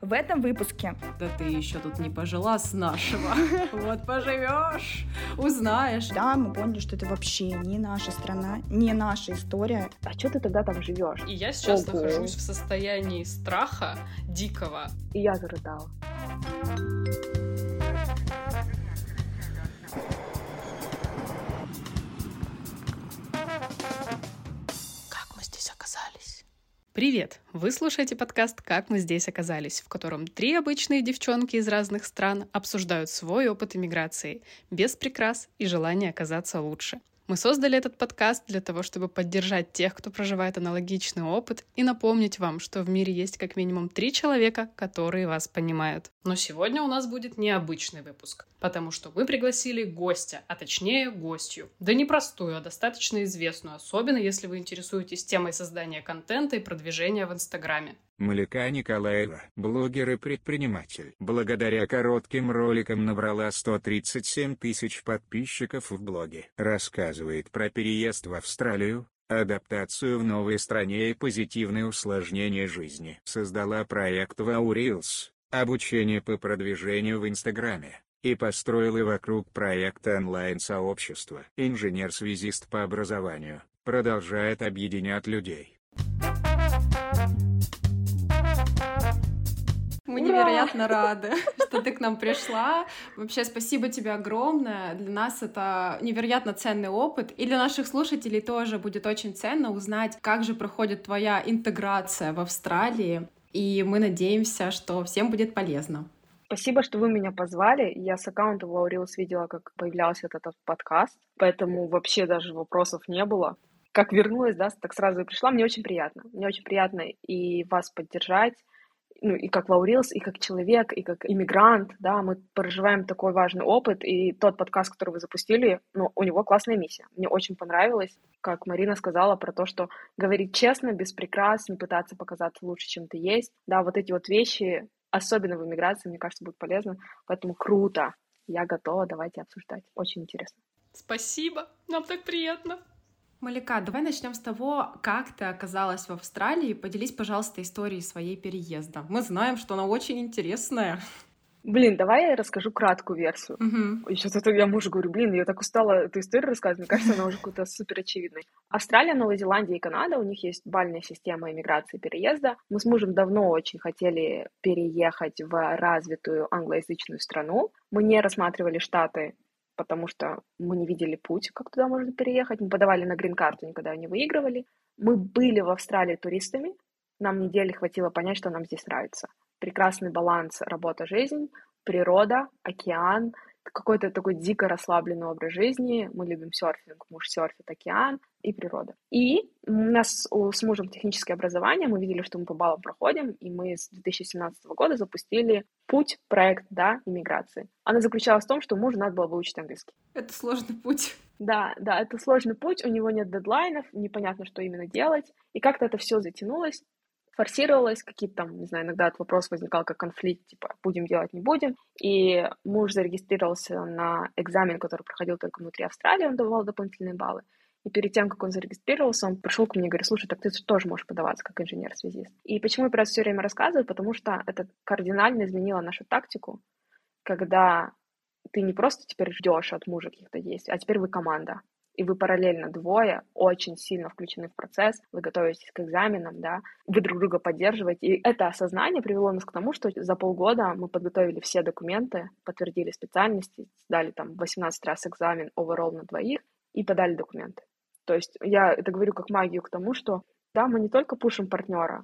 В этом выпуске. Да ты еще тут не пожила с нашего. Вот поживешь, узнаешь. Да, мы поняли, что это вообще не наша страна, не наша история. А что ты тогда там живешь? И я сейчас нахожусь в состоянии страха дикого. И я зарыдала. Привет! Вы слушаете подкаст «Как мы здесь оказались», в котором 3 обычные девчонки из разных стран обсуждают свой опыт иммиграции, без прикрас и желания оказаться лучше. Мы создали этот подкаст для того, чтобы поддержать тех, кто проживает аналогичный опыт, и напомнить вам, что в мире есть как минимум 3 человека, которые вас понимают. Но сегодня у нас будет необычный выпуск, потому что мы пригласили гостя, а точнее гостью. Да не простую, а достаточно известную, особенно если вы интересуетесь темой создания контента и продвижения в Инстаграме. Малика Николаева, блогер и предприниматель. Благодаря коротким роликам набрала 137 тысяч подписчиков в блоге. Рассказывает про переезд в Австралию, адаптацию в новой стране и позитивные усложнения жизни. Создала проект Wow Reels, обучение по продвижению в Инстаграме, и построила вокруг проекта онлайн-сообщество. Инженер-связист по образованию, продолжает объединять людей. Мы невероятно рады, что ты к нам пришла. Вообще, спасибо тебе огромное. Для нас это невероятно ценный опыт. И для наших слушателей тоже будет очень ценно узнать, как же проходит твоя интеграция в Австралии. И мы надеемся, что всем будет полезно. Спасибо, что вы меня позвали. Я с аккаунта Wow Reels видела, как появлялся этот подкаст, поэтому вообще даже вопросов не было. Как вернулась, да, так сразу и пришла. Мне очень приятно. Мне очень приятно и вас поддержать, ну, и как Wow Reels, и как человек, и как иммигрант, да, мы проживаем такой важный опыт, и тот подкаст, который вы запустили, ну, у него классная миссия. Мне очень понравилось, как Марина сказала про то, что говорить честно, без прикрас, не пытаться показаться лучше, чем ты есть, да, вот эти вот вещи, особенно в иммиграции, мне кажется, будут полезны, поэтому круто, я готова, давайте обсуждать, очень интересно. Спасибо, нам так приятно. Малика, давай начнем с того, как ты оказалась в Австралии. Поделись, пожалуйста, историей своей переезда. Мы знаем, что она очень интересная. Блин, давай я расскажу краткую версию. Угу. И сейчас это я мужу говорю, блин, я так устала эту историю рассказывать, мне кажется, она уже какой-то супер очевидной. Австралия, Новая Зеландия и Канада, у них есть бальная система иммиграции и переезда. Мы с мужем давно очень хотели переехать в развитую англоязычную страну. Мы не рассматривали Штаты, потому что мы не видели путь, как туда можно переехать. Мы подавали на грин-карту, никогда ее не выигрывали. Мы были в Австралии туристами. Нам недели хватило понять, что нам здесь нравится. Прекрасный баланс работа-жизнь, природа, океан, какой-то такой дико расслабленный образ жизни. Мы любим серфинг, муж серфит, океан и природа. И у нас с мужем техническое образование, мы видели, что мы по баллам проходим, и мы с 2017 года запустили путь, проект, да, иммиграции. Она заключалась в том, что мужу надо было выучить английский. Это сложный путь. Да, это сложный путь, у него нет дедлайнов, непонятно, что именно делать, и как-то это все затянулось, форсировалось, какие-то там, не знаю, иногда этот вопрос возникал как конфликт, типа, будем делать, не будем, и муж зарегистрировался на экзамен, который проходил только внутри Австралии, он давал дополнительные баллы, и перед тем, как он зарегистрировался, он пришел ко мне и говорит, слушай, так ты тоже можешь подаваться как инженер-связист. И почему я про это все время рассказываю? Потому что это кардинально изменило нашу тактику, когда ты не просто теперь ждешь от мужа каких-то действий, а теперь вы команда. И вы параллельно двое очень сильно включены в процесс, вы готовитесь к экзаменам, да, вы друг друга поддерживаете. И это осознание привело нас к тому, что за полгода мы подготовили все документы, подтвердили специальности, сдали там 18 раз экзамен overall на двоих и подали документы. То есть я это говорю как магию к тому, что да, мы не только пушим партнера,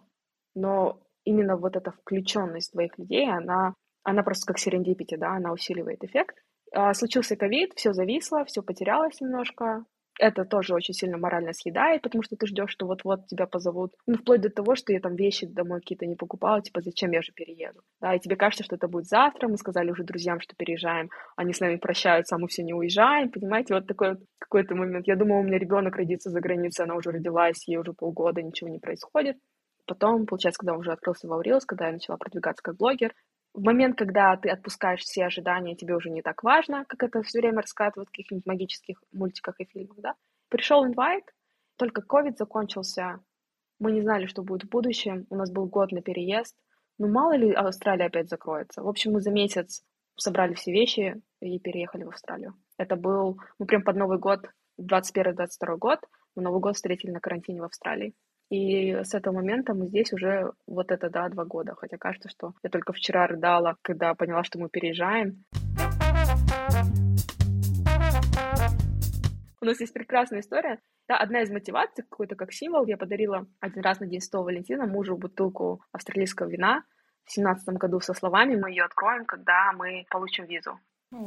но именно вот эта включенность двоих людей, она просто как серендипити, да, она усиливает эффект. Случился ковид, все зависло, все потерялось немножко. Это тоже очень сильно морально съедает, потому что ты ждешь, что вот-вот тебя позовут. Ну, вплоть до того, что я там вещи домой какие-то не покупала, типа, зачем я же перееду? Да, и тебе кажется, что это будет завтра. Мы сказали уже друзьям, что переезжаем, они с нами прощаются, а мы все не уезжаем. Понимаете, вот такой вот какой-то момент. Я думала, у меня ребенок родится за границей, она уже родилась, ей уже полгода, ничего не происходит. Потом, получается, когда уже открылся Wow Reels, когда я начала продвигаться как блогер, в момент, когда ты отпускаешь все ожидания, тебе уже не так важно, как это все время рассказывают в каких-нибудь магических мультиках и фильмах, да. Пришел инвайт, только ковид закончился, мы не знали, что будет в будущем, у нас был год на переезд, Ну, мало ли Австралия опять закроется. В общем, мы за месяц собрали все вещи и переехали в Австралию. Мы прям под Новый год, 21-22 год, мы Новый год встретили на карантине в Австралии. И с этого момента мы здесь уже вот это, да, 2 года. Хотя кажется, что я только вчера рыдала, когда поняла, что мы переезжаем. У нас есть прекрасная история. Да, одна из мотиваций, какой-то как символ, я подарила один раз на День Святого Валентина мужу бутылку австралийского вина в 2017 году со словами «Мы ее откроем, когда мы получим визу».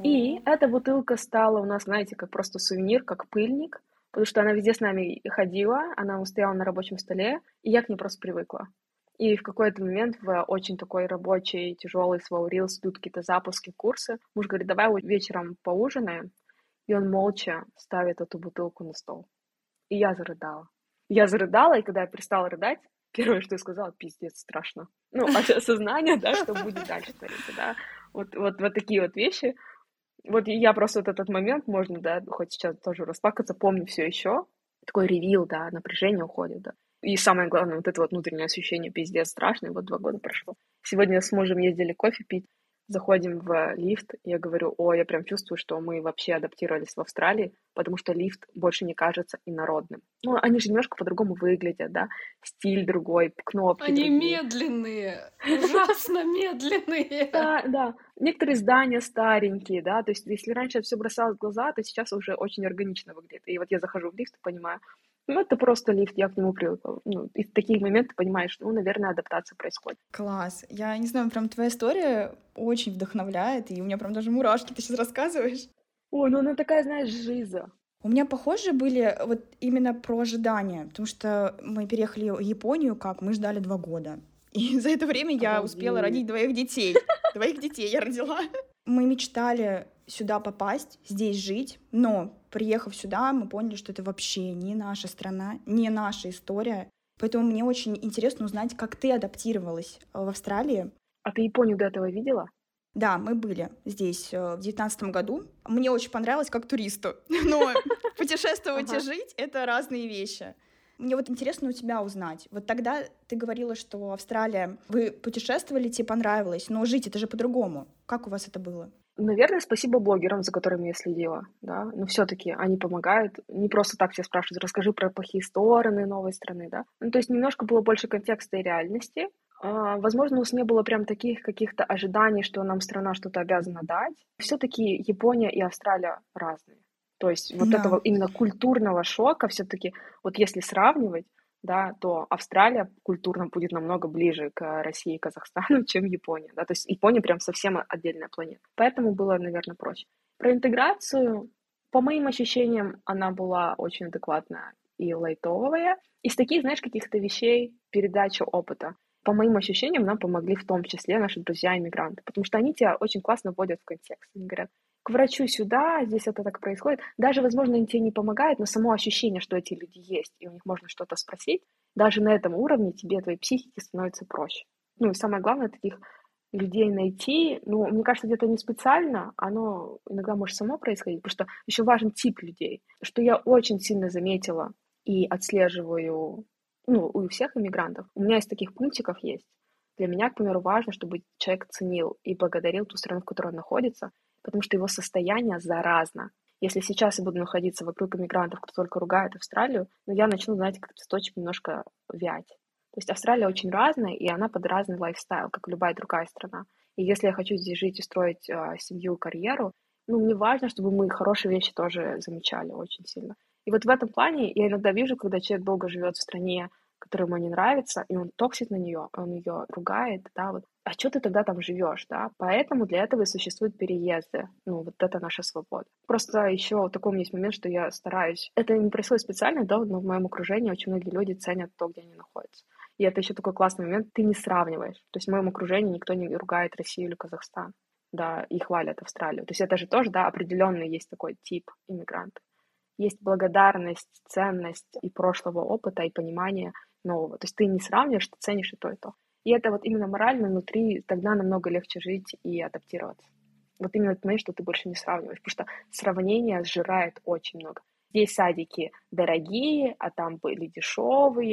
И эта бутылка стала у нас, знаете, как просто сувенир, как пыльник, потому что она везде с нами ходила, она стояла на рабочем столе, и я к ней просто привыкла. И в какой-то момент в очень такой рабочий, тяжелый свой рилс идут какие-то запуски, курсы. Муж говорит, давай вечером поужинаем. И он молча ставит эту бутылку на стол. И я зарыдала. Я зарыдала, и когда я перестала рыдать, первое, что я сказала, пиздец, страшно. Ну, осознание, да, что будет дальше твориться, да. Вот такие вот вещи. Вот я просто вот этот момент, можно, да, хоть сейчас тоже расплакаться, помню все еще. Такой ревил, да, напряжение уходит, да. И самое главное, вот это вот внутреннее ощущение, пиздец, страшно, и вот 2 года прошло. Сегодня с мужем ездили кофе пить, заходим в лифт, и я говорю, я прям чувствую, что мы вообще адаптировались в Австралии, потому что лифт больше не кажется инородным. Ну, они же немножко по-другому выглядят, да, стиль другой, кнопки Они другие. медленные, ужасно медленные. Да. Некоторые здания старенькие, да, то есть если раньше все бросалось в глаза, то сейчас уже очень органично выглядит. И вот я захожу в лифт и понимаю, ну, это просто лифт, я к нему привыкла. Ну, и в такие моменты понимаешь, ну, наверное, адаптация происходит. Класс. Я не знаю, прям твоя история очень вдохновляет, и у меня прям даже мурашки, ты сейчас рассказываешь. Ой, ну она такая, знаешь, жиза. У меня похожие были вот именно про ожидания, потому что мы переехали в Японию, мы ждали 2 года. И за это время я успела родить 2 детей. 2 детей я родила. Мы мечтали сюда попасть, здесь жить, но приехав сюда, мы поняли, что это вообще не наша страна, не наша история. Поэтому мне очень интересно узнать, как ты адаптировалась в Австралии. А ты Японию до этого видела? Да, мы были здесь в 2019 году. Мне очень понравилось как туристу, но путешествовать и жить — это разные вещи. Мне вот интересно у тебя узнать. Вот тогда ты говорила, что Австралия, вы путешествовали, тебе понравилось, но жить это же по-другому. Как у вас это было? Наверное, спасибо блогерам, за которыми я следила, да, но все-таки они помогают, не просто так все спрашивают, расскажи про плохие стороны новой страны, да, ну, то есть немножко было больше контекста и реальности, возможно, у нас не было прям таких каких-то ожиданий, что нам страна что-то обязана дать, все-таки Япония и Австралия разные, то есть вот Да. этого именно культурного шока все-таки, вот если сравнивать, да, то Австралия культурно будет намного ближе к России и Казахстану, чем Япония, да, то есть Япония прям совсем отдельная планета, поэтому было, наверное, проще. Про интеграцию, по моим ощущениям, она была очень адекватная и лайтовая, из таких, знаешь, каких-то вещей, передача опыта, по моим ощущениям, нам помогли в том числе наши друзья-иммигранты, потому что они тебя очень классно вводят в контекст, они говорят, к врачу сюда, здесь это так происходит. Даже, возможно, они тебе не помогают, но само ощущение, что эти люди есть, и у них можно что-то спросить, даже на этом уровне тебе, твоей психике становится проще. Ну и самое главное, таких людей найти, ну, мне кажется, где-то не специально, оно иногда может само происходить, потому что еще важен тип людей, что я очень сильно заметила и отслеживаю, ну, у всех иммигрантов. У меня из таких пунктиков есть. Для меня, к примеру, важно, чтобы человек ценил и благодарил ту страну, в которой он находится, потому что его состояние заразно. Если сейчас я буду находиться вокруг иммигрантов, кто только ругает Австралию, ну, я начну, знаете, как цветочек немножко вять. То есть Австралия очень разная, и она под разный лайфстайл, как и любая другая страна. И если я хочу здесь жить и строить семью, карьеру, ну, мне важно, чтобы мы хорошие вещи тоже замечали очень сильно. И вот в этом плане я иногда вижу, когда человек долго живет в стране, которая ему не нравится, и он токсит на нее, он ее ругает, да, вот. А что ты тогда там живешь, да? Поэтому для этого и существуют переезды. Ну, вот это наша свобода. Просто еще такой у меня есть момент, что я стараюсь. Это не происходит специально, да, но в моем окружении очень многие люди ценят то, где они находятся. И это еще такой классный момент, ты не сравниваешь. То есть в моем окружении никто не ругает Россию или Казахстан, да, и хвалят Австралию. То есть это же тоже, да, определенный есть такой тип иммигрантов. Есть благодарность, ценность и прошлого опыта, и понимание нового. То есть ты не сравниваешь, ты ценишь и то, и то. И это вот именно морально внутри, тогда намного легче жить и адаптироваться. Вот именно этот момент, что ты больше не сравниваешь, потому что сравнение сжирает очень много. Здесь садики дорогие, а там были дешевые,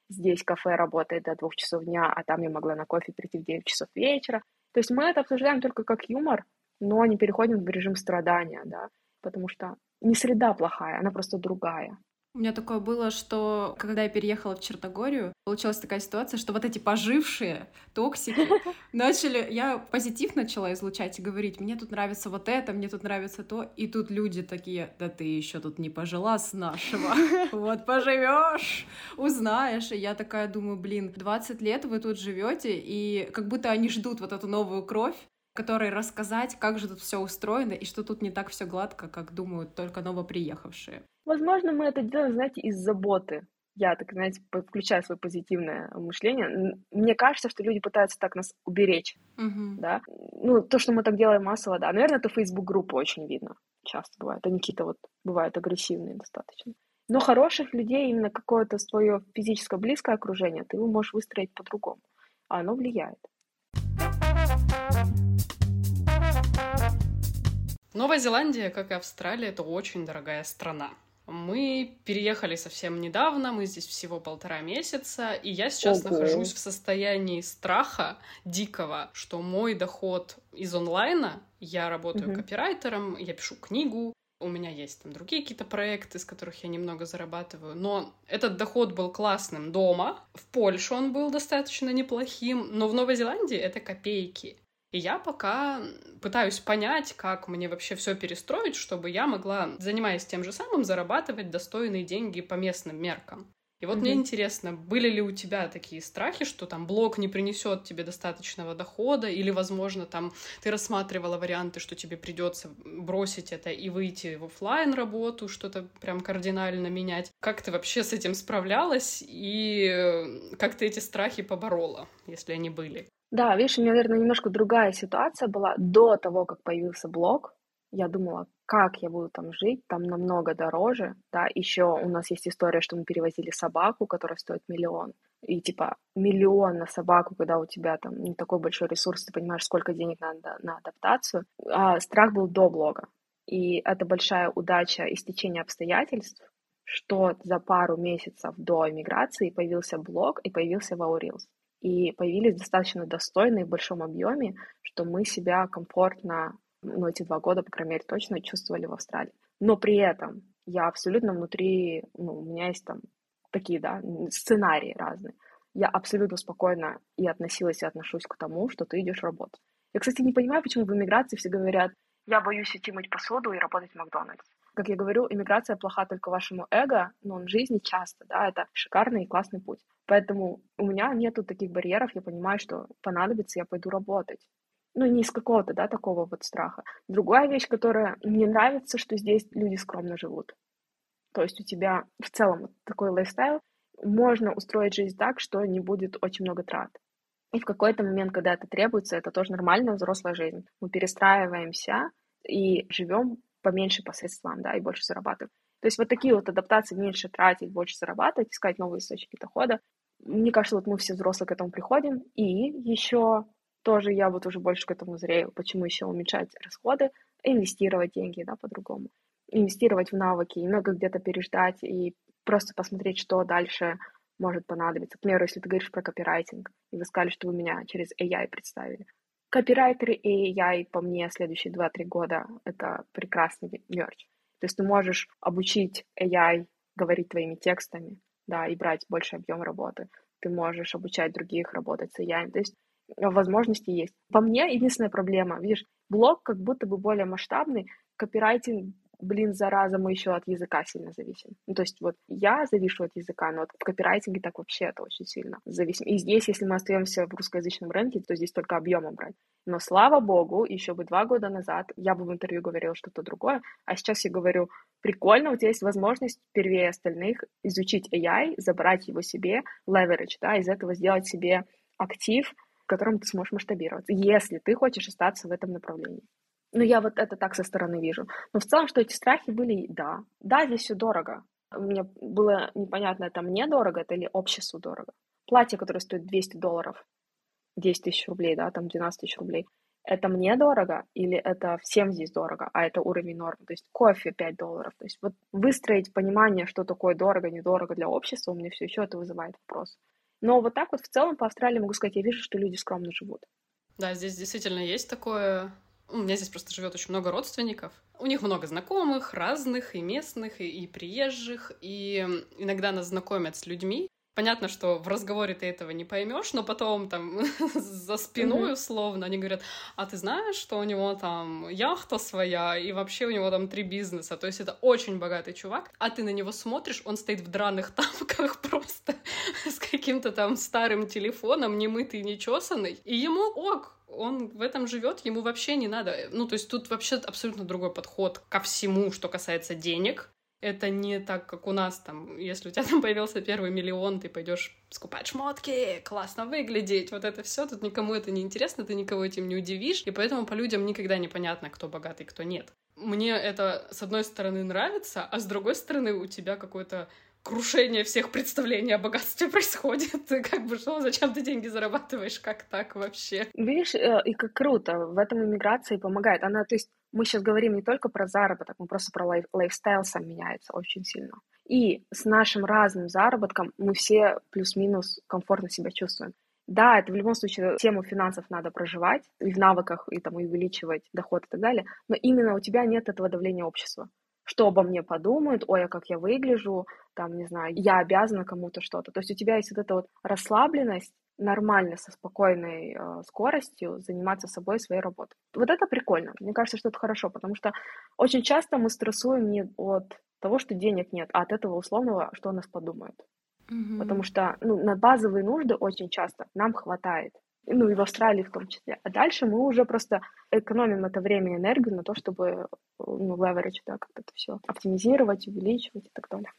здесь кафе работает до 2 часов дня, а там я могла на кофе прийти в 9 часов вечера. То есть мы это обсуждаем только как юмор, но не переходим в режим страдания, да, потому что не среда плохая, она просто другая. У меня такое было, что когда я переехала в Черногорию, получилась такая ситуация, что вот эти пожившие токсики начали... Я позитив начала излучать и говорить, мне тут нравится вот это, мне тут нравится то, и тут люди такие, да ты еще тут не пожила с нашего, вот поживешь, узнаешь. И я такая думаю, блин, 20 лет вы тут живете, и как будто они ждут вот эту новую кровь, которой рассказать, как же тут все устроено, и что тут не так все гладко, как думают только новоприехавшие. Возможно, мы это делаем, знаете, из заботы. Я так, знаете, включаю свое позитивное мышление. Мне кажется, что люди пытаются так нас уберечь, да. Ну, то, что мы так делаем массово, да. Наверное, это Facebook-группы очень видно. Часто бывает. Они какие-то вот бывают агрессивные достаточно. Но хороших людей, именно какое-то свое физическое близкое окружение, ты его можешь выстроить по-другому. А оно влияет. Новая Зеландия, как и Австралия, это очень дорогая страна. Мы переехали совсем недавно, мы здесь всего 1,5 месяца, и я сейчас нахожусь в состоянии страха дикого, что мой доход из онлайна, я работаю копирайтером, я пишу книгу, у меня есть там другие какие-то проекты, с которых я немного зарабатываю, но этот доход был классным дома, в Польше он был достаточно неплохим, но в Новой Зеландии это копейки. И я пока пытаюсь понять, как мне вообще все перестроить, чтобы я могла, занимаясь тем же самым, зарабатывать достойные деньги по местным меркам. И вот мне интересно, были ли у тебя такие страхи, что там блог не принесет тебе достаточного дохода, или, возможно, там ты рассматривала варианты, что тебе придется бросить это и выйти в офлайн работу, что-то прям кардинально менять. Как ты вообще с этим справлялась и как ты эти страхи поборола, если они были? Да, видишь, у меня, наверное, немножко другая ситуация была до того, как появился блог. Я думала, как я буду там жить, там намного дороже, да, еще у нас есть история, что мы перевозили собаку, которая стоит 1 000 000, и типа 1 000 000 на собаку, когда у тебя там не такой большой ресурс, ты понимаешь, сколько денег надо на адаптацию. А страх был до блога, и это большая удача и стечение обстоятельств, что за пару месяцев до иммиграции появился блог и появился Wow Reels. И появились достаточно достойные в большом объеме, что мы себя комфортно, эти 2 года, по крайней мере, точно чувствовали в Австралии. Но при этом я абсолютно внутри, у меня есть там такие, да, сценарии разные. Я абсолютно спокойно и относилась, и отношусь к тому, что ты идешь работать. Я, кстати, не понимаю, почему в иммиграции все говорят, я боюсь идти мыть посуду и работать в Макдональдс. Как я говорю, иммиграция плоха только вашему эго, но в жизни часто, да, это шикарный и классный путь. Поэтому у меня нету таких барьеров, я понимаю, что понадобится, я пойду работать. Не из какого-то, да, такого вот страха. Другая вещь, которая мне нравится, что здесь люди скромно живут. То есть у тебя в целом такой лайфстайл, можно устроить жизнь так, что не будет очень много трат. И в какой-то момент, когда это требуется, это тоже нормальная взрослая жизнь. Мы перестраиваемся и живем поменьше по средствам, да, и больше зарабатываем. То есть вот такие вот адаптации, меньше тратить, больше зарабатывать, искать новые источники дохода. Мне кажется, вот мы все взрослые к этому приходим. И еще тоже я вот уже больше к этому зрею. Почему еще уменьшать расходы, инвестировать деньги, да, по-другому. Инвестировать в навыки, немного где-то переждать и просто посмотреть, что дальше может понадобиться. К примеру, если ты говоришь про копирайтинг, и вы сказали, что вы меня через AI представили. Копирайтеры и AI, по мне, следующие 2-3 года — это прекрасный мерч. То есть ты можешь обучить AI говорить твоими текстами, да, и брать больше объем работы. Ты можешь обучать других работать с AI. То есть возможности есть. По мне, единственная проблема, видишь, блог как будто бы более масштабный, копирайтинг, зараза, мы еще от языка сильно зависим. То есть вот я завишу от языка, но вот в копирайтинге так вообще это очень сильно зависим. И здесь, если мы остаемся в русскоязычном рынке, то здесь только объемом брать. Но слава богу, еще бы 2 года назад я бы в интервью говорила что-то другое, а сейчас я говорю, прикольно, у тебя есть возможность первее остальных изучить AI, забрать его себе, leverage, да, из этого сделать себе актив, в котором ты сможешь масштабироваться, если ты хочешь остаться в этом направлении. Я вот это так со стороны вижу. Но в целом, что эти страхи были, да. Да, здесь все дорого. Мне было непонятно, это мне дорого, это или обществу дорого. Платье, которое стоит $200, 10 000 рублей, да, там 12 000 рублей. это мне дорого или это всем здесь дорого, а это уровень нормы. То есть кофе $5. То есть вот выстроить понимание, что такое дорого, недорого для общества, у меня все еще это вызывает вопрос. Но вот так вот в целом по Австралии могу сказать, я вижу, что люди скромно живут. Да, здесь действительно есть такое. У меня здесь просто живет очень много родственников. У них много знакомых, разных, и местных, и приезжих, и иногда нас знакомят с людьми. Понятно, что в разговоре ты этого не поймешь, но потом там за спиной условно они говорят: а ты знаешь, что у него там яхта своя, и вообще у него там 3 бизнеса, то есть это очень богатый чувак, а ты на него смотришь, он стоит в драных тапках просто с каким-то там старым телефоном, немытый, нечесанный, и ему ок, он в этом живет, ему вообще не надо. Ну, то есть тут вообще абсолютно другой подход ко всему, что касается денег. Это не так, как у нас там, если у тебя там появился первый миллион, ты пойдешь скупать шмотки, классно выглядеть, вот это все, тут никому это не интересно, ты никого этим не удивишь, и поэтому по людям никогда не понятно, кто богатый, кто нет. Мне это, с одной стороны, нравится, а с другой стороны, у тебя какое-то крушение всех представлений о богатстве происходит. Как бы что, зачем ты деньги зарабатываешь, как так вообще? Видишь, и как круто, в этом иммиграция помогает. Она, то есть мы сейчас говорим не только про заработок, мы просто про лайфстайл сам меняется очень сильно. И с нашим разным заработком мы все плюс-минус комфортно себя чувствуем. Да, это в любом случае тему финансов надо проживать, и в навыках, и там и увеличивать доход и так далее, но именно у тебя нет этого давления общества. Что обо мне подумают, ой, а как я выгляжу, там, не знаю, я обязана кому-то что-то. То есть у тебя есть вот эта вот расслабленность, нормально, со спокойной скоростью заниматься собой, своей работой. Вот это прикольно. Мне кажется, что это хорошо, потому что очень часто мы стрессуем не от того, что денег нет, а от этого условного, что о нас подумают. Потому что на базовые нужды очень часто нам хватает. Ну и в Австралии в том числе. А дальше мы уже просто экономим это время и энергию на то, чтобы leverage, да, как-то это все оптимизировать, увеличивать и так далее.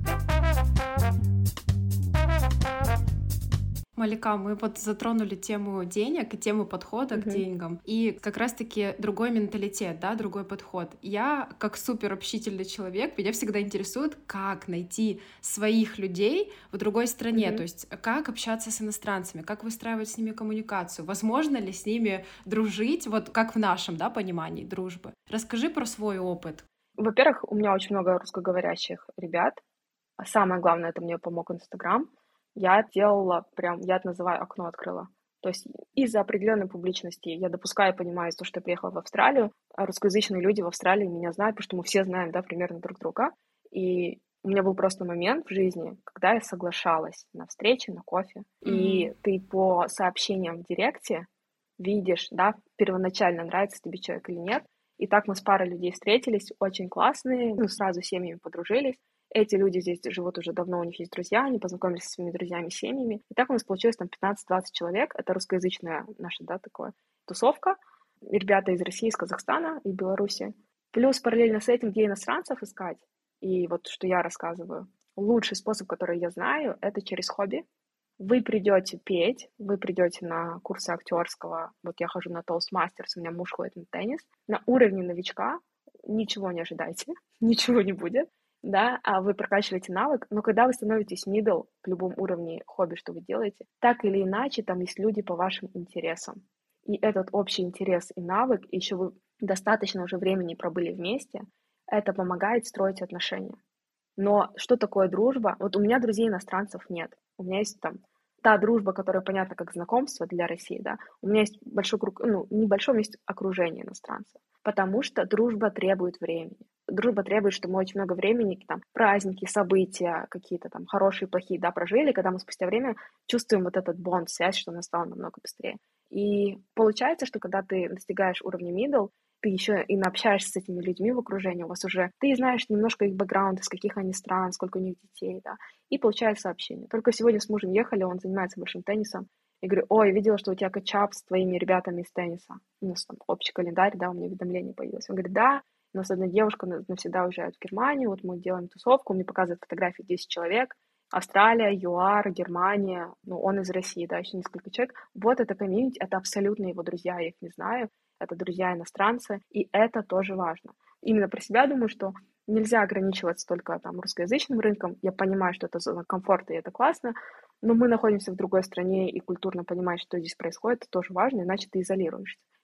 Малика, мы вот затронули тему денег и тему подхода к деньгам. И как раз-таки другой менталитет, да, другой подход. Я, как супер общительный человек, меня всегда интересует, как найти своих людей в другой стране. То есть как общаться с иностранцами, как выстраивать с ними коммуникацию, возможно ли с ними дружить, вот как в нашем, да, понимании дружбы. Расскажи про свой опыт. Во-первых, у меня очень много русскоговорящих ребят. А самое главное, это мне помог Инстаграм. Я делала прям, я это называю окно открыла. То есть из-за определенной публичности я допускаю и понимаю, то, что я приехала в Австралию, а русскоязычные люди в Австралии меня знают, потому что мы все знаем, да, примерно друг друга. И у меня был просто момент в жизни, когда я соглашалась на встречи, на кофе. И ты по сообщениям в директе видишь, да, первоначально нравится тебе человек или нет. И так мы с парой людей встретились, очень классные, сразу с семьями подружились. Эти люди здесь живут уже давно, у них есть друзья, они познакомились со своими друзьями, семьями. И так у нас получилось там 15-20 человек. Это русскоязычная наша, да, такая тусовка. Ребята из России, из Казахстана и Беларуси. Плюс параллельно с этим, где иностранцев искать. И вот что я рассказываю. Лучший способ, который я знаю, это через хобби. Вы придете петь, вы придете на курсы актерского. Вот я хожу на Toastmasters, у меня муж ходит на теннис. На уровне новичка ничего не ожидайте, ничего не будет. Да, а вы прокачиваете навык, но когда вы становитесь middle в любом уровне хобби, что вы делаете, так или иначе там есть люди по вашим интересам. И этот общий интерес и навык, и еще вы достаточно уже времени пробыли вместе, это помогает строить отношения. Но что такое дружба? Вот у меня друзей иностранцев нет. У меня есть там та дружба, которая понятна как знакомство для России, да. У меня есть большой круг, небольшой, есть окружение иностранцев. Потому что дружба требует времени. Дружба требует, что мы очень много времени, там, праздники, события, какие-то там хорошие, плохие, да, прожили, когда мы спустя время чувствуем вот этот бонд, связь, что она стала намного быстрее. И получается, что когда ты достигаешь уровня middle, ты еще и общаешься с этими людьми в окружении, у вас уже, ты знаешь немножко их бэкграунд, из каких они стран, сколько у них детей, да, и получается общение. Только сегодня с мужем ехали, он занимается большим теннисом, и говорю, ой, видела, что у тебя кэтчап с твоими ребятами из тенниса. У нас там общий календарь, да, у меня уведомление появилось. Он говорит, да, у нас одна девушка навсегда уезжает в Германию, вот мы делаем тусовку, мне показывают фотографии 10 человек, Австралия, ЮАР, Германия, он из России, да, еще несколько человек. Вот это комьюнити, это абсолютно его друзья, я их не знаю, это друзья иностранцы, и это тоже важно. Именно про себя думаю, что нельзя ограничиваться только там русскоязычным рынком. Я понимаю, что это зона комфорта, и это классно, но мы находимся в другой стране, и культурно понимать, что здесь происходит, это тоже важно, иначе ты изолируешься.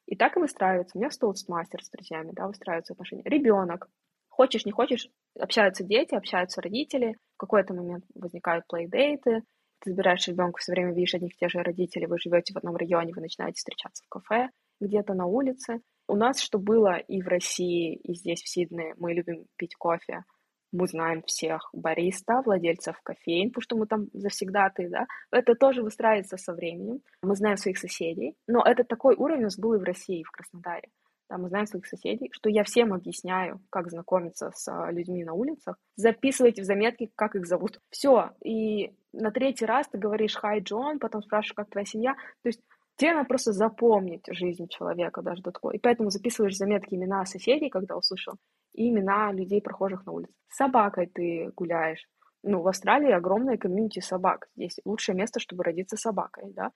И так и выстраивается. У меня тоустмастер с друзьями, да, выстраиваются отношения. Ребенок. Хочешь, не хочешь, общаются дети, общаются родители. В какой-то момент возникают плейдейты. Ты забираешь ребенка, все время видишь одних и тех же родителей, вы живете в одном районе, вы начинаете встречаться в кафе, где-то на улице. У нас что было и в России, и здесь, в Сиднее, мы любим пить кофе. Мы знаем всех бариста, владельцев кофеин, потому что мы там завсегдатые, да. Это тоже выстраивается со временем. Мы знаем своих соседей, но это такой уровень у нас был и в России, в Краснодаре. Да, мы знаем своих соседей, что я всем объясняю, как знакомиться с людьми на улицах. Записывайте в заметки, как их зовут. Все. И на третий раз ты говоришь «Hi, Джон», потом спрашиваешь, как твоя семья. То есть тебе надо просто запомнить жизнь человека даже до такого. И поэтому записываешь в заметки имена соседей, когда услышал, и имена людей, прохожих на улице. С собакой ты гуляешь. Ну, в Австралии огромное комьюнити собак. Здесь лучшее место, чтобы родиться собакой, да.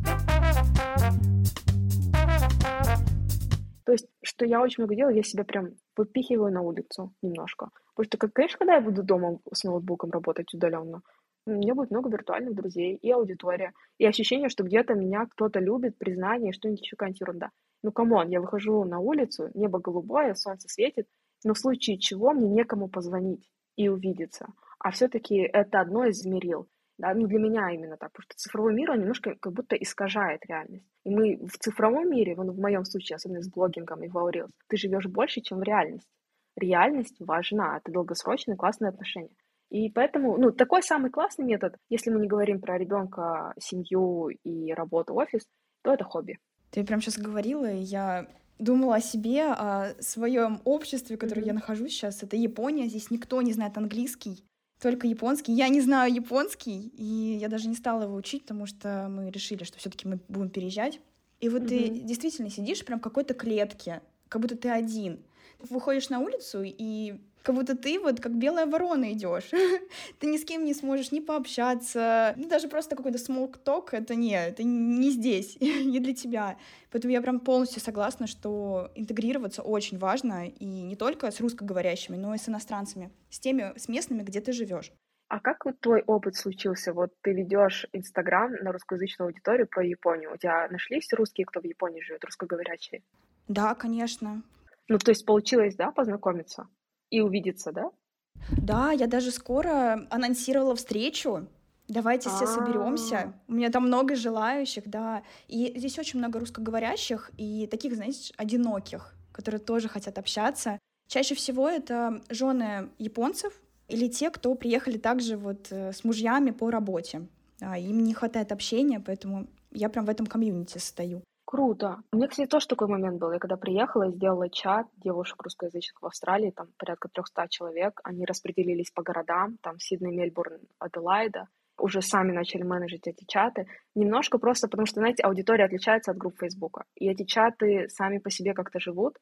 То есть, что я очень много делаю, я себя прям выпихиваю на улицу немножко. Потому что, конечно, когда я буду дома с ноутбуком работать удаленно, у меня будет много виртуальных друзей и аудитория, и ощущение, что где-то меня кто-то любит, признание, что-нибудь еще какая-нибудь ерунда. Ну, камон, я выхожу на улицу, небо голубое, солнце светит, но в случае чего мне некому позвонить и увидеться. А все-таки это одно из мерил. Да, ну для меня именно так, потому что цифровой мир, он немножко как будто искажает реальность. И мы в цифровом мире, в моем случае, особенно с блогингом и в Reels, ты живешь больше, чем в реальности. Реальность важна, это долгосрочные классные отношения. И поэтому, ну, такой самый классный метод, если мы не говорим про ребенка, семью и работу, офис, то это хобби. Ты прям сейчас говорила, и я думала о себе, о своем обществе, в котором я нахожусь сейчас. Это Япония, здесь никто не знает английский, только японский. Я не знаю японский, и я даже не стала его учить, потому что мы решили, что все-таки мы будем переезжать. И вот ты действительно сидишь прям в какой-то клетке, как будто ты один. Выходишь на улицу, и как будто ты вот как белая ворона идешь. Ты ни с кем не сможешь ни пообщаться, ну, даже просто какой-то small talk, это не здесь, не для тебя. Поэтому я прям полностью согласна, что интегрироваться очень важно, и не только с русскоговорящими, но и с иностранцами, с местными, где ты живешь. А как вот твой опыт случился? Вот ты ведешь Инстаграм на русскоязычную аудиторию про Японию. У тебя нашлись русские, кто в Японии живет, русскоговорящие? Да, конечно. Ну, то есть получилось, да, познакомиться и увидеться, да? Да, я даже скоро анонсировала встречу. Давайте все соберемся. У меня там много желающих, да. И здесь очень много русскоговорящих и таких, знаете, одиноких, которые тоже хотят общаться. Чаще всего это жены японцев или те, кто приехали также вот с мужьями по работе. Да, им не хватает общения, поэтому я прям в этом комьюнити состою. Круто. У меня, кстати, тоже такой момент был. Я когда приехала, сделала чат девушек русскоязычных в Австралии, там порядка 300 человек. Они распределились по городам, там Сидней, Мельбурн, Аделаида. Уже сами начали менеджить эти чаты. Немножко просто потому, что, знаете, аудитория отличается от групп Фейсбука. И эти чаты сами по себе как-то живут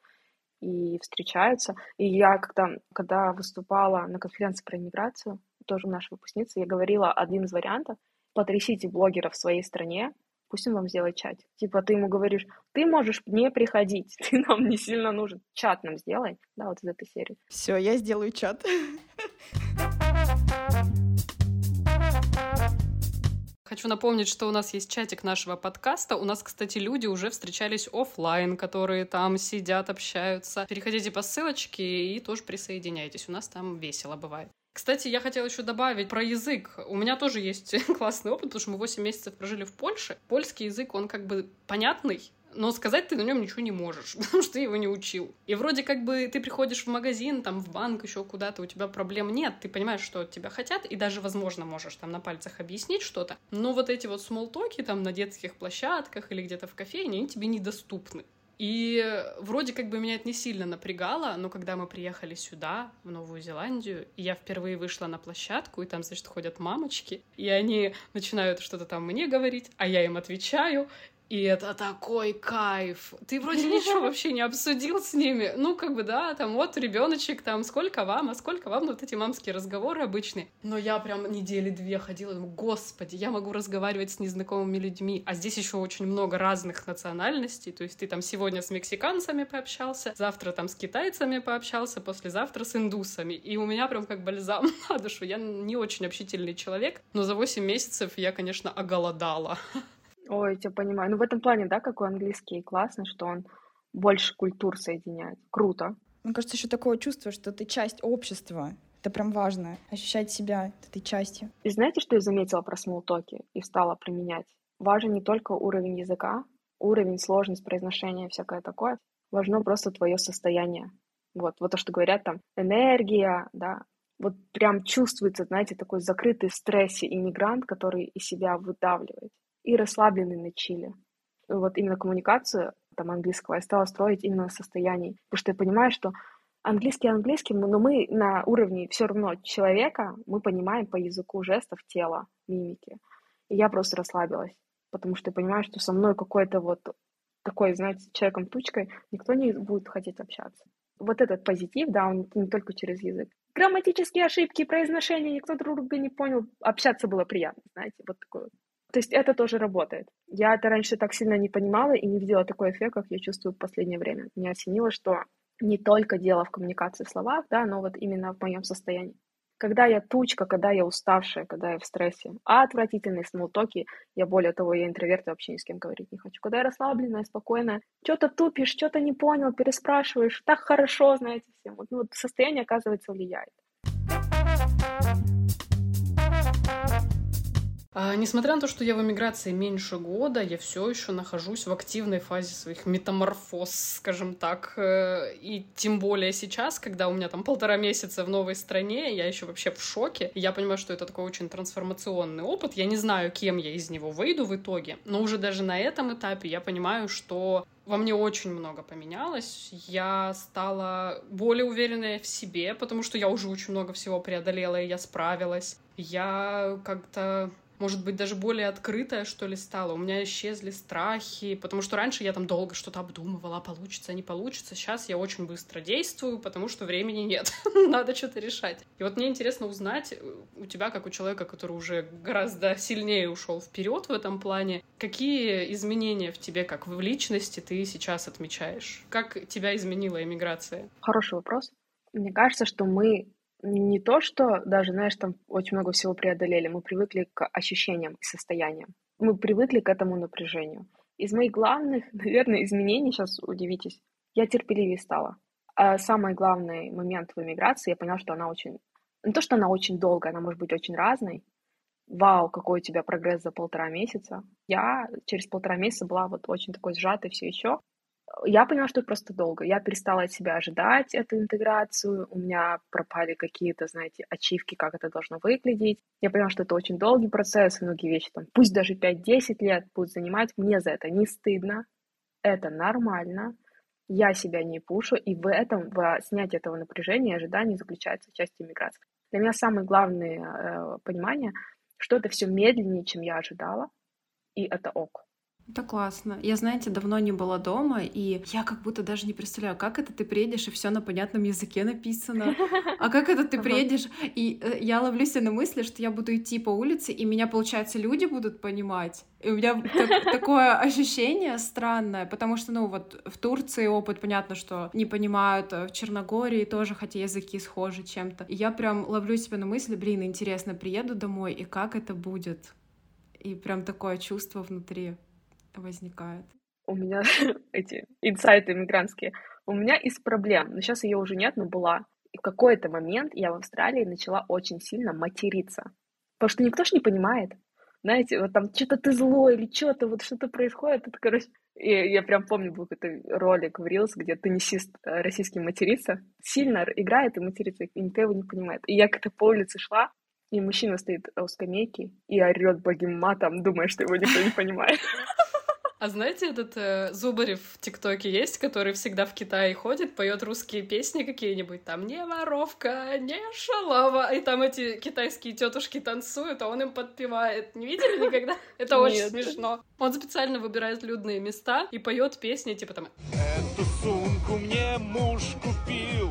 и встречаются. И я когда выступала на конференции про иммиграцию, тоже наша выпускница, я говорила один из вариантов: потрясите блогеров в своей стране, пусть он вам сделает чат. Типа ты ему говоришь, ты можешь не приходить, ты нам не сильно нужен, чат нам сделай. Да, вот из этой серии. Все, я сделаю чат. Хочу напомнить, что у нас есть чатик нашего подкаста. У нас, кстати, люди уже встречались офлайн, которые там сидят, общаются. Переходите по ссылочке и тоже присоединяйтесь. У нас там весело бывает. Кстати, я хотела еще добавить про язык. У меня тоже есть классный опыт, потому что мы 8 месяцев прожили в Польше. Польский язык, он как бы понятный, но сказать ты на нем ничего не можешь, потому что ты его не учил. И вроде как бы ты приходишь в магазин, там, в банк, еще куда-то, у тебя проблем нет, ты понимаешь, что от тебя хотят, и даже, возможно, можешь там на пальцах объяснить что-то, но вот эти вот смолтоки там на детских площадках или где-то в кофейне, они тебе недоступны. И вроде как бы меня это не сильно напрягало, но когда мы приехали сюда, в Новую Зеландию, и я впервые вышла на площадку, и там, значит, ходят мамочки, и они начинают что-то там мне говорить, а я им отвечаю, и это такой кайф. Ты вроде ничего вообще не обсудил с ними. Ну, как бы, да, там вот ребеночек, там, сколько вам, ну, вот эти мамские разговоры обычные. Но я прям 2 недели ходила, думаю, господи, я могу разговаривать с незнакомыми людьми. А здесь еще очень много разных национальностей. То есть ты там сегодня с мексиканцами пообщался, завтра там с китайцами пообщался, послезавтра с индусами. И у меня прям как бальзам на душу. Я не очень общительный человек, но за 8 месяцев я, конечно, оголодала. Ой, я тебя понимаю. Ну, в этом плане, да, какой английский классный, что он больше культур соединяет. Круто. Мне кажется, еще такое чувство, что ты часть общества. Это прям важно, ощущать себя этой частью. И знаете, что я заметила про смолтоки и стала применять? Важен не только уровень языка, уровень, сложность произношения и всякое такое. Важно просто твое состояние. Вот то, что говорят там, энергия, да. Вот прям чувствуется, знаете, такой закрытый в стрессе иммигрант, который из себя выдавливает. И расслабленный на чиле. И вот именно коммуникацию там английского я стала строить именно на состоянии. Потому что я понимаю, что английский английским, но мы на уровне все равно человека, мы понимаем по языку жестов тела, мимики. И я просто расслабилась, потому что я понимаю, что со мной какой-то вот такой, знаете, человеком-тучкой никто не будет хотеть общаться. Вот этот позитив, да, он не только через язык. Грамматические ошибки, произношение, никто друг друга не понял, общаться было приятно, знаете, вот такое. То есть это тоже работает. Я это раньше так сильно не понимала и не видела такой эффект, как я чувствую в последнее время. Меня осенило, что не только дело в коммуникации в словах, да, но вот именно в моем состоянии. Когда я тучка, когда я уставшая, когда я в стрессе, а отвратительные смолтоки, я более того, я интроверт, и вообще ни с кем говорить не хочу. Когда я расслабленная, спокойная, что-то тупишь, что-то не понял, переспрашиваешь, так хорошо, знаете, всем. Вот, вот состояние, оказывается, влияет. Несмотря на то, что я в эмиграции меньше года, я все еще нахожусь в активной фазе своих метаморфоз, скажем так. И тем более сейчас, когда у меня там 1,5 месяца в новой стране, я еще вообще в шоке. И я понимаю, что это такой очень трансформационный опыт. Я не знаю, кем я из него выйду в итоге, но уже даже на этом этапе я понимаю, что во мне очень много поменялось. Я стала более уверенной в себе, потому что я уже очень много всего преодолела, и я справилась. Я как-то, может быть, даже более открытая, что ли, стала. У меня исчезли страхи, потому что раньше я там долго что-то обдумывала, получится, не получится. Сейчас я очень быстро действую, потому что времени нет. Надо что-то решать. И вот мне интересно узнать у тебя, как у человека, который уже гораздо сильнее ушел вперед в этом плане, какие изменения в тебе, как в личности, ты сейчас отмечаешь? Как тебя изменила эмиграция? Хороший вопрос. Мне кажется, что мы не то, что даже, знаешь, там очень много всего преодолели, мы привыкли к ощущениям и состояниям. Мы привыкли к этому напряжению. Из моих главных, наверное, изменений, сейчас удивитесь, я терпеливее стала. А самый главный момент в эмиграции, я поняла, что она очень... Не то, что она очень долгая, она может быть очень разной. Вау, какой у тебя прогресс за 1,5 месяца. Я через 1,5 месяца была вот очень такой сжатой все еще. Я поняла, что это просто долго. Я перестала от себя ожидать эту интеграцию. У меня пропали какие-то, знаете, ачивки, как это должно выглядеть. Я поняла, что это очень долгий процесс. Многие вещи, там, пусть даже 5-10 лет будут занимать. Мне за это не стыдно. Это нормально. Я себя не пушу. И в этом, в снятии этого напряжения и ожиданий заключается часть иммиграции. Для меня самое главное понимание, что это все медленнее, чем я ожидала. И это ок. Это классно. Я, знаете, давно не была дома, и я как будто даже не представляю, как это ты приедешь, и все на понятном языке написано. А как это ты приедешь, и я ловлю себя на мысли, что я буду идти по улице, и меня, получается, люди будут понимать. И у меня такое ощущение странное, потому что, ну, вот в Турции опыт, понятно, что не понимают, в Черногории тоже, хотя языки схожи чем-то. И я прям ловлю себя на мысли, блин, интересно, приеду домой, и как это будет? И прям такое чувство внутри возникает. У меня эти инсайты иммигрантские. У меня из проблем, но сейчас ее уже нет, но была. И в какой-то момент я в Австралии начала очень сильно материться. Потому что никто ж не понимает. Знаете, вот там что-то ты злой или что-то, вот что-то происходит. Это, короче... И я прям помню, был какой-то ролик в Reels, где теннисист российский матерится. Сильно играет и матерится, и никто его не понимает. И я как-то по улице шла, и мужчина стоит у скамейки и орёт благим матом, думая, что его никто не понимает. А знаете, этот Зубарев в ТикТоке есть, который всегда в Китае ходит, поет русские песни какие-нибудь, там «Не воровка, не шалава», и там эти китайские тетушки танцуют, а он им подпевает. Не видели никогда? Это очень смешно. Он специально выбирает людные места и поет песни, типа там «Эту сумку мне муж купил,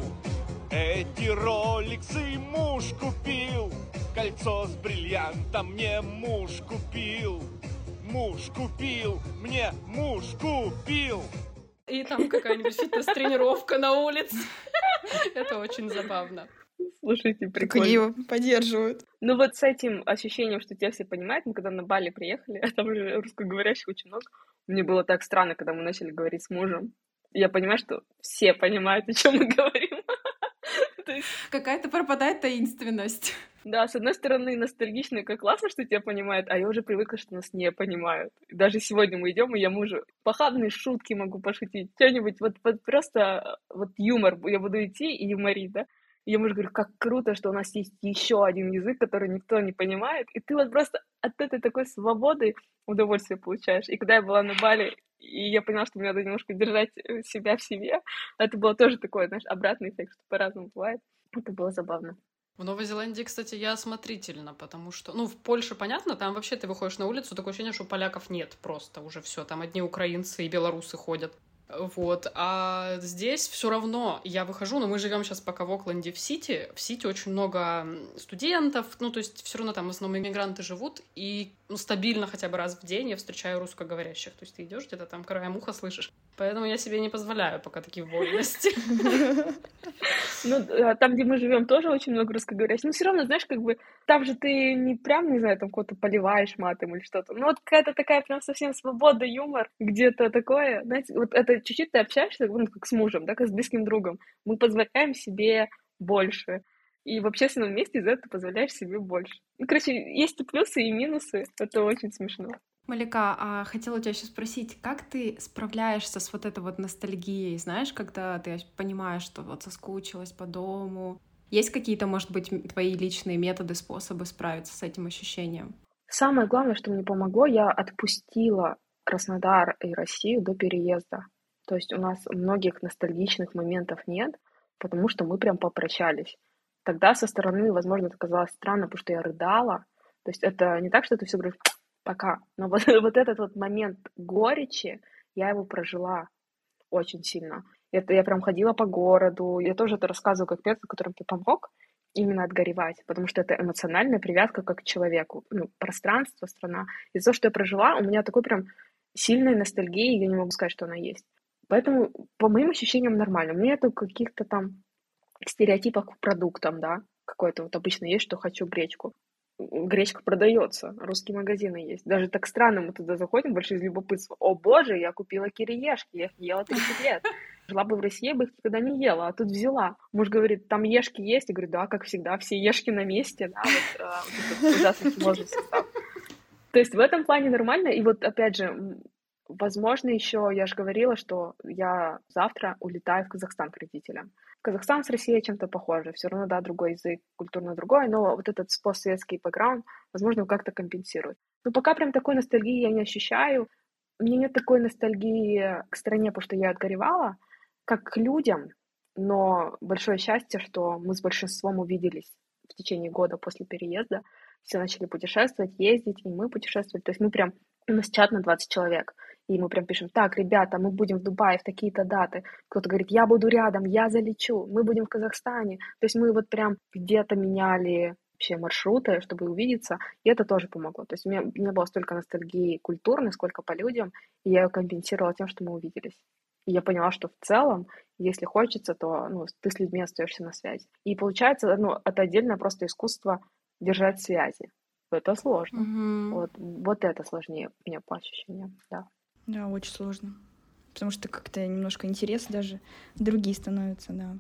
эти роликсы муж купил, кольцо с бриллиантом мне муж купил». Муж купил, мне муж купил. И там какая-нибудь фитнес-тренировка на улице. Это очень забавно. Слушайте, Как прикольно. они его поддерживают. Ну вот с этим ощущением, что тебя все понимают, мы когда на Бали приехали, а там же русскоговорящих очень много, мне было так странно, когда мы начали говорить с мужем. Я понимаю, что все понимают, о чем мы говорим. То есть, Какая-то пропадает таинственность. да, с одной стороны, ностальгично, и как классно, что тебя понимают, а я уже привыкла, что нас не понимают. И даже сегодня мы идем, и я мужу похабные шутки могу пошутить, что-нибудь, вот просто вот юмор, я буду идти и юморить, да. И я мужу говорю, как круто, что у нас есть еще один язык, который никто не понимает, и ты вот просто от этой такой свободы удовольствие получаешь. И когда я была на Бали, и я поняла, что мне надо немножко держать себя в себе, это было тоже такое, знаешь, обратный эффект, что по-разному бывает. Это было забавно. В Новой Зеландии, кстати, я осмотрительно, потому что, ну, в Польше, понятно, там вообще ты выходишь на улицу, такое ощущение, что поляков нет просто уже все, там одни украинцы и белорусы ходят. Вот, а здесь все равно я выхожу, но мы живем сейчас пока в Окленде, в Сити. В Сити очень много студентов, ну, то есть все равно там в основном иммигранты живут, и ну, стабильно хотя бы раз в день я встречаю русскоговорящих. То есть ты идешь где-то там, краем уха слышишь. Поэтому я себе не позволяю пока такие вольности. Ну, там, где мы живем, тоже очень много русскоговорящих. Но все равно, знаешь, как бы там же ты не прям, не знаю, там кого-то поливаешь матом или что-то. Ну, вот какая-то такая прям совсем свобода, юмор, где-то такое. Знаете, вот это чуть-чуть ты общаешься, ну, как с мужем, да, как с близким другом. Мы позволяем себе больше. И в общественном месте из-за этого ты позволяешь себе больше. Ну, короче, есть и плюсы, и минусы. Это очень смешно. Малика, а хотела у тебя еще спросить, как ты справляешься с вот этой вот ностальгией, знаешь, когда ты понимаешь, что вот соскучилась по дому? Есть какие-то, может быть, твои личные методы, способы справиться с этим ощущением? Самое главное, что мне помогло, я отпустила Краснодар и Россию до переезда. То есть у нас многих ностальгичных моментов нет, потому что мы прям попрощались. Тогда со стороны, возможно, это казалось странно, потому что я рыдала. То есть это не так, что ты все говоришь пока, но вот, вот этот вот момент горечи, я его прожила очень сильно. Это я прям ходила по городу, я тоже это рассказываю как метод, которым ты помог именно отгоревать, потому что это эмоциональная привязка как к человеку, ну, пространство, страна. Из-за того, что я прожила, у меня такой прям сильной ностальгии, я не могу сказать, что она есть. Поэтому, по моим ощущениям, нормально. У меня нету каких-то там стереотипов к продуктам, да, какой-то вот обычно есть, что хочу гречку. Гречка продается, русские магазины есть. Даже так странно, мы туда заходим больше из любопытства. О боже, я купила кириешки, я их ела 30 лет. Жила бы в России, я бы их никогда не ела, а тут взяла. Муж говорит, там ешки есть? Я говорю, да, как всегда, все ешки на месте, да, вот этот ужасный химозный состав. То есть в этом плане нормально. И вот опять же, возможно, еще я же говорила, что я завтра улетаю в Казахстан к родителям. Казахстан с Россией чем-то похожи. Все равно, да, другой язык, культурно другой, но вот этот постсоветский бэкграунд, возможно, как-то компенсирует. Но пока прям такой ностальгии я не ощущаю. У меня нет такой ностальгии к стране, потому что я отгоревала, как к людям. Но большое счастье, что мы с большинством увиделись в течение года после переезда. Все начали путешествовать, ездить, и мы путешествовали. То есть мы прям, у нас чат на 20 человек. И мы прям пишем, так, ребята, мы будем в Дубае в такие-то даты. Кто-то говорит, я буду рядом, я залечу, мы будем в Казахстане. То есть мы вот прям где-то меняли вообще маршруты, чтобы увидеться, и это тоже помогло. То есть у меня не было столько ностальгии культурной, сколько по людям, и я ее компенсировала тем, что мы увиделись. И я поняла, что в целом, если хочется, то ну, ты с людьми остаешься на связи. И получается, ну, это отдельное просто искусство держать связи. Это сложно. Вот это сложнее мне по ощущениям, да. Да, очень сложно. Потому что как-то немножко интерес даже другие становятся, да.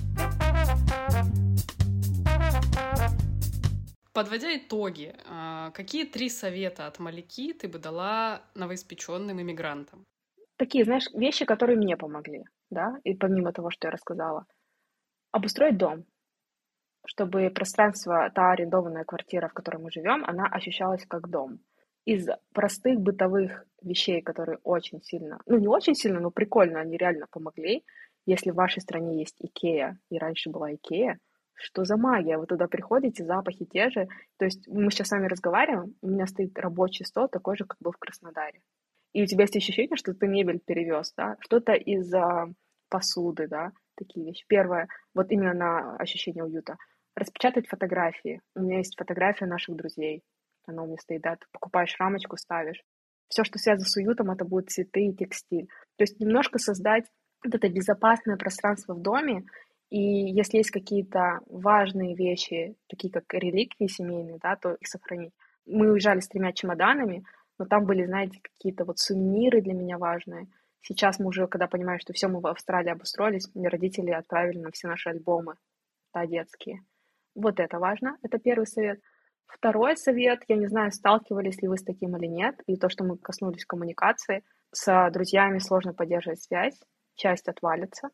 Подводя итоги, какие 3 совета от Малики ты бы дала новоиспеченным иммигрантам? Такие, знаешь, вещи, которые мне помогли, да, и помимо того, что я рассказала. Обустроить дом, чтобы пространство, та арендованная квартира, в которой мы живем, она ощущалась как дом. Из простых бытовых вещей, которые очень сильно, ну не очень сильно, но прикольно, они реально помогли. Если в вашей стране есть Икеа, и раньше была Икеа, что за магия? Вы туда приходите, запахи те же. То есть мы сейчас с вами разговариваем, у меня стоит рабочий стол такой же, как был в Краснодаре. И у тебя есть ощущение, что ты мебель перевез, да, что-то из посуды, да, такие вещи. Первое, вот именно на ощущение уюта. Распечатать фотографии. У меня есть фотография наших друзей. Она у меня стоит, да, ты покупаешь рамочку, ставишь. Все, что связано с уютом, это будут цветы и текстиль. То есть немножко создать вот это безопасное пространство в доме И если есть какие-то важные вещи, такие как реликвии семейные, да, то их сохранить. Мы уезжали с 3 чемоданами, но там были, знаете, какие-то вот сувениры для меня важные. Сейчас мы уже, когда понимаем, что все, мы в Австралии обустроились, мне родители отправили нам все наши альбомы, да, детские. Вот это важно, это первый совет. Второй совет, я не знаю, сталкивались ли вы с таким или нет, и то, что мы коснулись коммуникации, с друзьями сложно поддерживать связь, часть отвалится,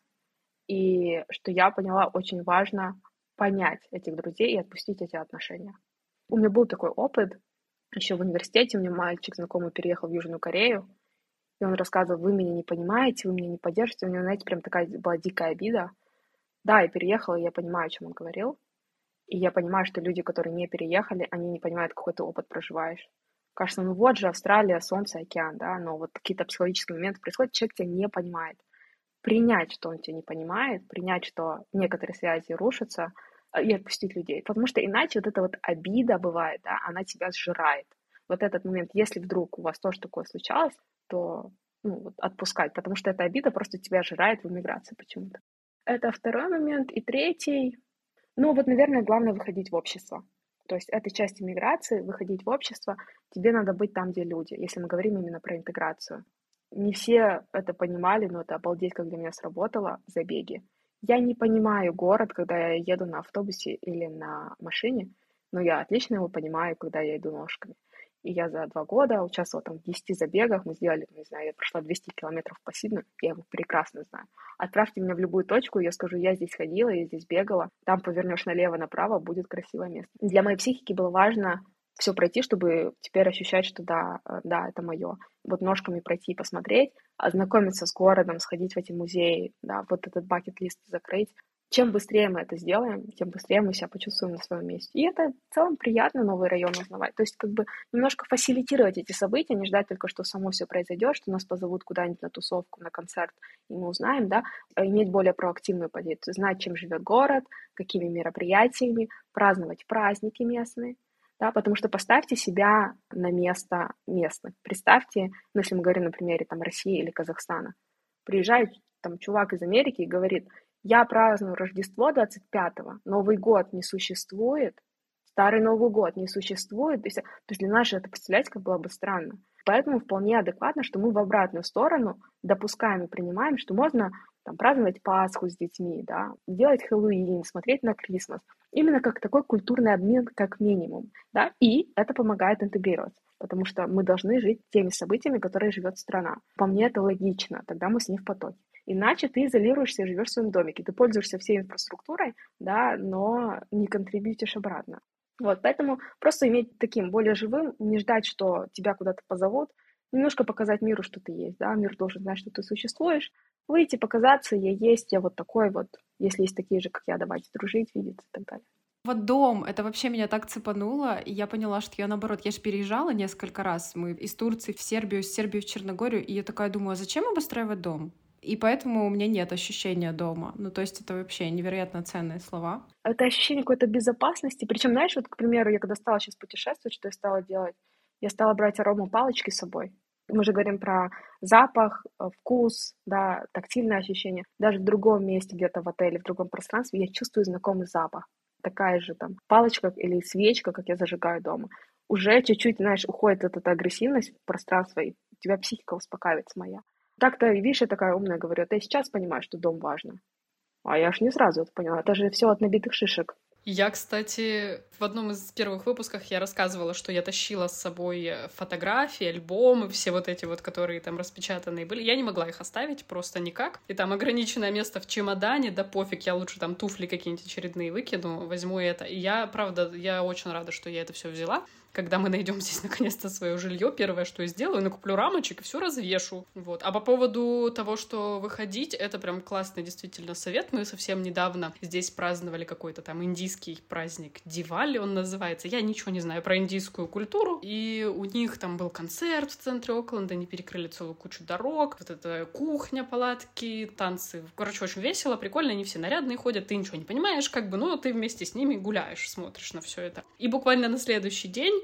и что я поняла, очень важно понять этих друзей и отпустить эти отношения. У меня был такой опыт, еще в университете у меня мальчик знакомый переехал в Южную Корею, и он рассказывал, вы меня не понимаете, вы меня не поддержите. У него, знаете, прям такая была дикая обида. Да, я переехала, и я понимаю, о чем он говорил. И я понимаю, что люди, которые не переехали, они не понимают, какой ты опыт проживаешь. Кажется, ну вот же Австралия, солнце, океан, да, но вот какие-то психологические моменты происходят, человек тебя не понимает. Принять, что он тебя не понимает, принять, что некоторые связи рушатся, и отпустить людей. Потому что иначе вот эта вот обида бывает, да, она тебя сжирает. Вот этот момент, если вдруг у вас тоже такое случалось, то вот отпускать, потому что эта обида просто тебя сжирает в эмиграции почему-то. Это второй момент. И третий, наверное, главное выходить в общество. То есть это часть иммиграции, выходить в общество, тебе надо быть там, где люди, если мы говорим именно про интеграцию. Не все это понимали, но это обалдеть, как для меня сработало, забеги. Я не понимаю город, когда я еду на автобусе или на машине, но я отлично его понимаю, когда я иду ножками. И я за 2 года участвовала там в 10 забегах, мы сделали, не знаю, я прошла 200 километров по Сиднею, я его прекрасно знаю. Отправьте меня в любую точку, я скажу, я здесь ходила, я здесь бегала, там повернешь налево-направо, будет красивое место. Для моей психики было важно все пройти, чтобы теперь ощущать, что да, это мое. Вот ножками пройти и посмотреть, ознакомиться с городом, сходить в эти музеи, да, вот этот бакет-лист закрыть. Чем быстрее мы это сделаем, тем быстрее мы себя почувствуем на своем месте. И это в целом приятно новый район узнавать. То есть как бы немножко фасилитировать эти события, не ждать только, что само все произойдет, что нас позовут куда-нибудь на тусовку, на концерт, и мы узнаем, да, а иметь более проактивную позицию, знать, чем живет город, какими мероприятиями, праздновать праздники местные. Да, потому что поставьте себя на место местных. Представьте, если мы говорим на примере там, России или Казахстана, приезжает там чувак из Америки и говорит, я праздную Рождество 25-го, Новый год не существует, Старый Новый год не существует. То есть для нас же это, представляете, как было бы странно. Поэтому вполне адекватно, что мы в обратную сторону допускаем и принимаем, что можно там, праздновать Пасху с детьми, да, делать Хэллоуин, смотреть на Крисмас. Именно как такой культурный обмен, как минимум. Да? И это помогает интегрироваться, потому что мы должны жить теми событиями, которые живет страна. По мне это логично, тогда мы с ней в потоке. Иначе ты изолируешься и живешь в своем домике. Ты пользуешься всей инфраструктурой, да, но не контрибьютишь обратно. Вот, поэтому просто иметь таким более живым, не ждать, что тебя куда-то позовут, немножко показать миру, что ты есть, да, мир должен знать, что ты существуешь, выйти, показаться, я есть, я вот такой вот, если есть такие же, как я, давайте дружить, видеться и так далее. Вот дом, это вообще меня так цепануло, и я поняла, что я наоборот, я же переезжала несколько раз, мы из Турции в Сербию, из Сербии в Черногорию, и я такая думаю, а зачем обустраивать дом? И поэтому у меня нет ощущения дома. Ну, то есть это вообще невероятно ценные слова. Это ощущение какой-то безопасности. Причем, знаешь, вот, к примеру, я когда стала сейчас путешествовать, что я стала делать? Я стала брать аромапалочки с собой. Мы же говорим про запах, вкус, да, тактильное ощущение. Даже в другом месте, где-то в отеле, в другом пространстве, я чувствую знакомый запах. Такая же там палочка или свечка, как я зажигаю дома. Уже чуть-чуть, знаешь, уходит эта агрессивность в пространство, и у тебя психика успокаивается моя. Так-то, видишь, я такая умная говорю, ты сейчас понимаешь, что дом важно. А я ж не сразу это поняла. Это же все от набитых шишек. Я, кстати, в одном из первых выпусков я рассказывала, что я тащила с собой фотографии, альбомы, все вот эти вот, которые там распечатанные были. Я не могла их оставить просто никак. И там ограниченное место в чемодане, да пофиг, я лучше там туфли какие-нибудь очередные выкину, возьму это. И я, правда, я очень рада, что я это все взяла. Когда мы найдем здесь наконец-то свое жилье, первое, что я сделаю, накуплю рамочек и все развешу. Вот. А по поводу того, что выходить, это прям классный действительно совет. Мы совсем недавно здесь праздновали какой-то там индийский праздник Дивали, он называется. Я ничего не знаю про индийскую культуру. И у них там был концерт в центре Окленда, они перекрыли целую кучу дорог. Вот эта кухня, палатки, танцы. Короче, очень весело, прикольно, они все нарядные ходят, ты ничего не понимаешь, как бы, но ты вместе с ними гуляешь, смотришь на все это. И буквально на следующий день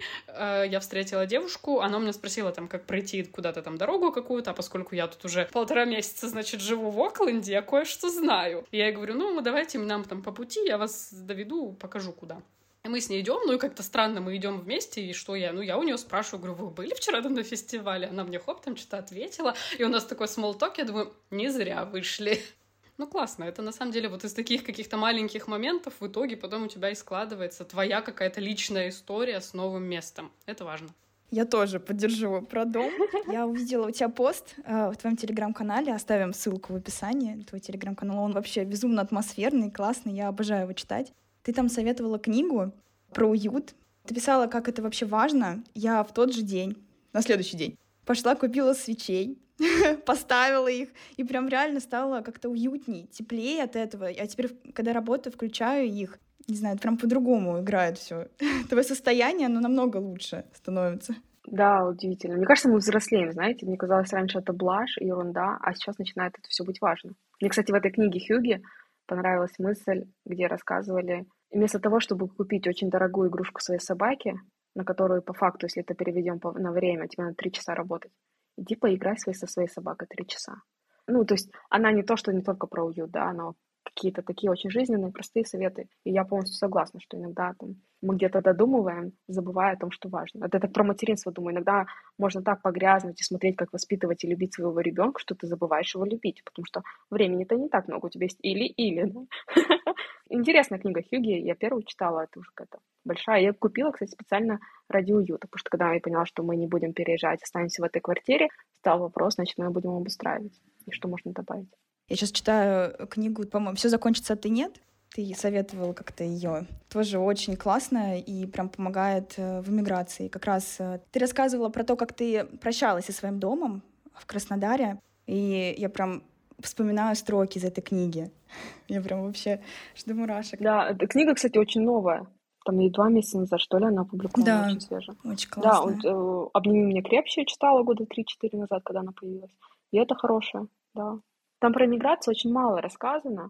я встретила девушку, она у меня спросила, там, как пройти куда-то там дорогу какую-то, а поскольку я тут уже 1,5 месяца, значит, живу в Окленде, я кое-что знаю. И я ей говорю, ну, давайте нам там по пути, я вас доведу, покажу куда. И мы с ней идем, ну и как-то странно, мы идем вместе, и что я? Ну, я у нее спрашиваю, говорю, вы были вчера там на фестивале? Она мне хоп, там что-то ответила, и у нас такой смолток, я думаю, не зря вышли. Ну, классно, это на самом деле вот из таких каких-то маленьких моментов в итоге потом у тебя и складывается твоя какая-то личная история с новым местом. Это важно. Я тоже поддержу про дом. Я увидела у тебя пост в твоем телеграм-канале, оставим ссылку в описании. Твой телеграм-канал, он вообще безумно атмосферный, классный, я обожаю его читать. Ты там советовала книгу про уют. Ты писала, как это вообще важно. Я в тот же день, на следующий день, пошла, купила свечей, поставила их, и прям реально стало как-то уютней, теплее от этого. А теперь, когда работаю, включаю их, не знаю, прям по-другому играет все. Твое состояние, оно намного лучше становится. Да, удивительно. Мне кажется, мы взрослеем, знаете. Мне казалось раньше это блажь, ерунда, а сейчас начинает это все быть важно. Мне, кстати, в этой книге Хьюги понравилась мысль, где рассказывали, вместо того, чтобы купить очень дорогую игрушку своей собаке, на которую по факту, если это переведем на время, тебе надо 3 часа работать, иди поиграй со своей собакой 3 часа. Ну, то есть она не то, что не только про уют, да, но какие-то такие очень жизненные, простые советы. И я полностью согласна, что иногда там, мы где-то додумываем, забывая о том, что важно. Это так про материнство, думаю. Иногда можно так погрязнуть и смотреть, как воспитывать и любить своего ребенка, что ты забываешь его любить, потому что времени-то не так много, у тебя есть или-или. Да? Интересная книга Хьюги, я первую читала, это уже какая-то большая. Я купила, кстати, специально ради уюта, потому что когда я поняла, что мы не будем переезжать, останемся в этой квартире, стал вопрос, значит, мы будем обустраивать. И что можно добавить? Я сейчас читаю книгу, по-моему, «Все закончится, а ты нет». Ты советовала как-то ее. Тоже очень классно и прям помогает в эмиграции. Как раз ты рассказывала про то, как ты прощалась со своим домом в Краснодаре, и я прям вспоминаю строки из этой книги. Я прям вообще жду мурашек. Да, эта книга, кстати, очень новая. Там ей 2 месяца назад, что ли, она опубликована, да, очень свежая. Очень классно. Да, вот «Обними меня крепче» я читала года 3-4 назад, когда она появилась. И это хорошая, да. Там про миграцию очень мало рассказано,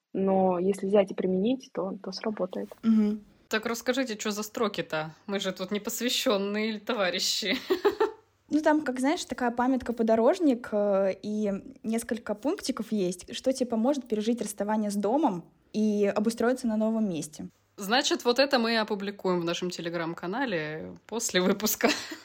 но если взять и применить, то сработает. Угу. Так расскажите, что за строки-то? Мы же тут непосвященные товарищи. Ну, там, как знаешь, такая памятка-подорожник, и несколько пунктиков есть, что тебе поможет пережить расставание с домом и обустроиться на новом месте. Значит, вот это мы опубликуем в нашем телеграм-канале после выпуска.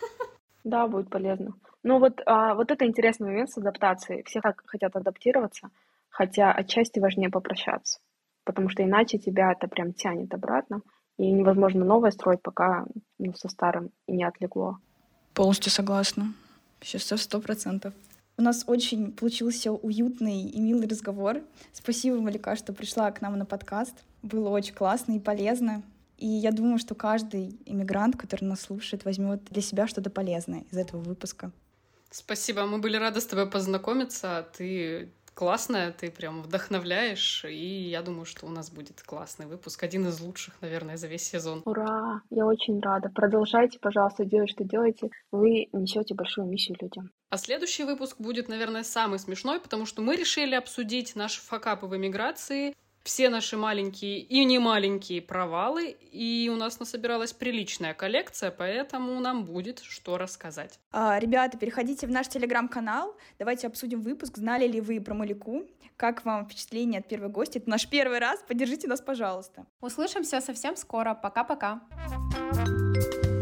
Да, будет полезно. Ну вот это интересный момент с адаптацией. Все хотят адаптироваться, хотя отчасти важнее попрощаться, потому что иначе тебя это прям тянет обратно, и невозможно новое строить, пока со старым и не отлегло. Полностью согласна. Сейчас 100%. У нас очень получился уютный и милый разговор. Спасибо, Малика, что пришла к нам на подкаст. Было очень классно и полезно. И я думаю, что каждый иммигрант, который нас слушает, возьмет для себя что-то полезное из этого выпуска. Спасибо, мы были рады с тобой познакомиться. Ты классная, ты прям вдохновляешь, и я думаю, что у нас будет классный выпуск, один из лучших, наверное, за весь сезон. Ура! Я очень рада. Продолжайте, пожалуйста, делать, что делаете. Вы несете большую миссию людям. А следующий выпуск будет, наверное, самый смешной, потому что мы решили обсудить наши факапы в эмиграции, все наши маленькие и не маленькие провалы, и у нас насобиралась приличная коллекция, поэтому нам будет что рассказать. Ребята, переходите в наш телеграм-канал, давайте обсудим выпуск. Знали ли вы про Малику? Как вам впечатление от первой гости? Это наш первый раз, поддержите нас, пожалуйста. Услышимся совсем скоро. Пока-пока.